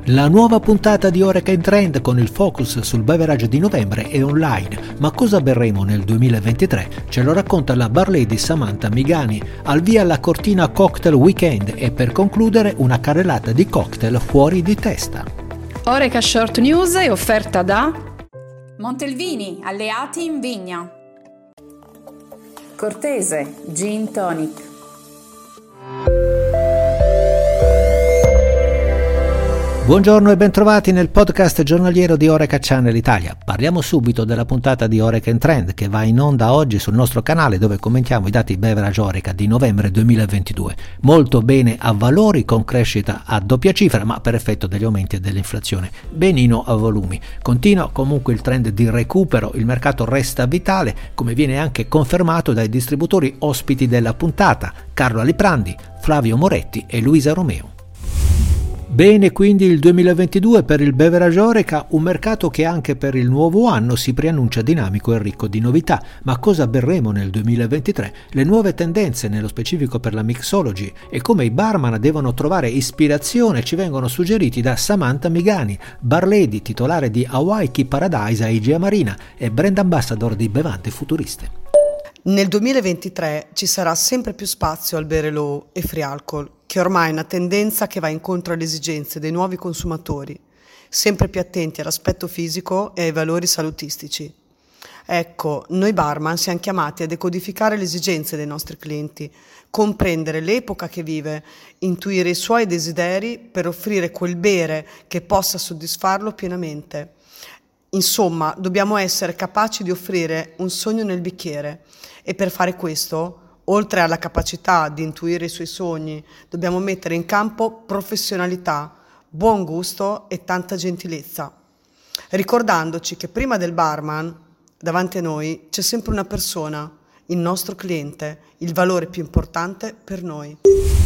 La nuova puntata di Oreca in Trend con il focus sul beverage di novembre è online, ma cosa berremo nel 2023? Ce lo racconta la bar lady Samantha Migani. Al via la Cortina Cocktail Weekend e per concludere una carrellata di cocktail fuori di testa. Oreca Short News è offerta da Montelvini, alleati in vigna. Cortese, Gin Tonic. Buongiorno e bentrovati nel podcast giornaliero di Oreca Channel Italia. Parliamo subito della puntata di Oreca in Trend che va in onda oggi sul nostro canale, dove commentiamo i dati beverage Oreca di novembre 2022. Molto bene a valori, con crescita a doppia cifra, ma per effetto degli aumenti e dell'inflazione benino a volumi. Continua comunque il trend di recupero, il mercato resta vitale, come viene anche confermato dai distributori ospiti della puntata, Carlo Aliprandi, Flavio Moretti e Luisa Romeo. Bene quindi il 2022 per il beverage Oreca, un mercato che anche per il nuovo anno si preannuncia dinamico e ricco di novità. Ma cosa berremo nel 2023? Le nuove tendenze, nello specifico per la mixology, e come i barman devono trovare ispirazione ci vengono suggeriti da Samantha Migani, bar lady titolare di Hawaii Key Paradise a Igea Marina e brand ambassador di bevande futuriste. Nel 2023 ci sarà sempre più spazio al bere low e free alcohol, che ormai è una tendenza che va incontro alle esigenze dei nuovi consumatori, sempre più attenti all'aspetto fisico e ai valori salutistici. Ecco, noi barman siamo chiamati a decodificare le esigenze dei nostri clienti, comprendere l'epoca che vive, intuire i suoi desideri per offrire quel bere che possa soddisfarlo pienamente. Insomma, dobbiamo essere capaci di offrire un sogno nel bicchiere e per fare questo, oltre alla capacità di intuire i suoi sogni, dobbiamo mettere in campo professionalità, buon gusto e tanta gentilezza, ricordandoci che prima del barman, davanti a noi, c'è sempre una persona, il nostro cliente, il valore più importante per noi.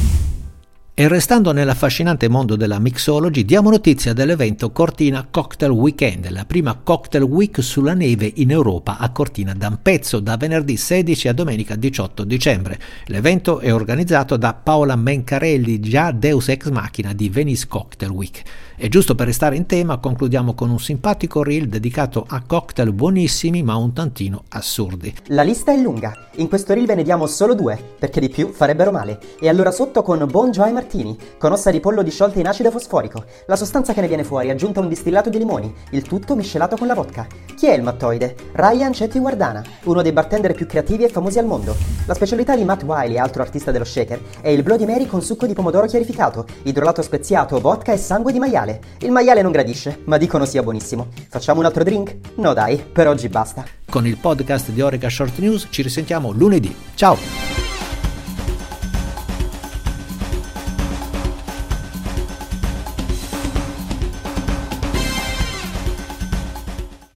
E restando nell'affascinante mondo della mixology, diamo notizia dell'evento Cortina Cocktail Weekend, la prima cocktail week sulla neve in Europa a Cortina d'Ampezzo, da venerdì 16 a domenica 18 dicembre. L'evento è organizzato da Paola Mencarelli, già deus ex machina di Venice Cocktail Week. E giusto per restare in tema, concludiamo con un simpatico reel dedicato a cocktail buonissimi ma un tantino assurdi. La lista è lunga, in questo reel ve ne diamo solo 2, perché di più farebbero male. E allora sotto con Bon Joy Martini, con ossa di pollo disciolte in acido fosforico, la sostanza che ne viene fuori aggiunta a un distillato di limoni, il tutto miscelato con la vodka. Chi è il mattoide? Ryan Chetty-Wardana, uno dei bartender più creativi e famosi al mondo. La specialità di Matt Wiley, altro artista dello shaker, è il Bloody Mary con succo di pomodoro chiarificato, idrolato speziato, vodka e sangue di maiale. Il maiale non gradisce, ma dicono sia buonissimo. Facciamo un altro drink? No dai, per oggi basta. Con il podcast di Oreca Short News ci risentiamo lunedì. Ciao!